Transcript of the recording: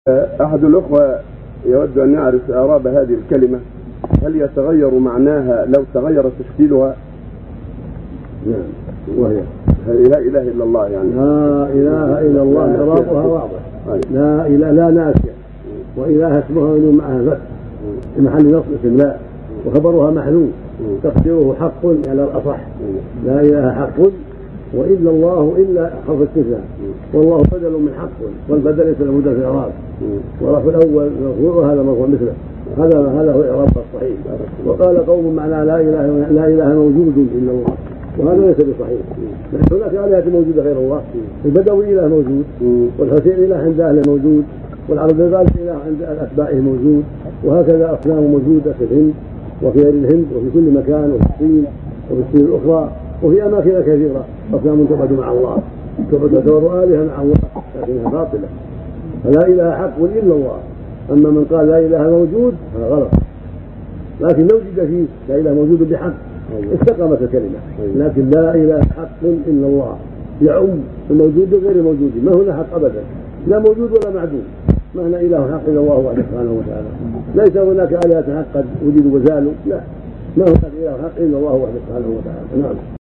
أحد الأخوة يود أن يعرف إعراب هذه الكلمة، هل يتغير معناها لو تغير تشكيلها؟ نعم، وهي لا إله إلا الله، يعني لا إله إلا الله إعرابها واضح. لا إله لا ناسية، وإله اسمها من معها فتح في محل نصب اسم لا، وخبرها محذوف تقديره حق على الأصح. لا إله حق وإلا الله إلا حرف استثناء، والله بدل من حق، والبدل ليس له في الإعراب، ورفع الأول مرفوع وهذا مرفوع مثله. هذا هو الإعراب الصحيح. وقال قوم معنى لا إله موجود إلا الله، وهذا ليس بصحيح، لأن هناك آلهة موجودة غير الله. البدوي إله موجود، والحسين إله عند أهله موجود، والعرب الغالب إله عند أتباعه موجود، وهكذا أصنام موجودة في الهند وفي غير الهند وفي كل مكان، وفي الصين وفي الصين الأخرى وفي أماكن كثيرة أصنام تعبد مع الله، تعتبر آلهة مع الله لكنها باطلة. فلا إله حق إلا الله. أما من قال لا إله موجود هذا غلط، لكن لو وجد فيه لا إله موجود بحق استقامت الكلمة. لكن لا إله حق إلا الله يعم الموجود وغير الموجود، ما هنا حق أبدا، لا موجود ولا معدوم. ما هنا إله حق إلا الله وحده سبحانه وتعالى. ليس هناك آلهة حق قد وجدوا وزالوا، لا، ما هناك إله حق إلا الله وحده سبحانه وتعالى. نعم.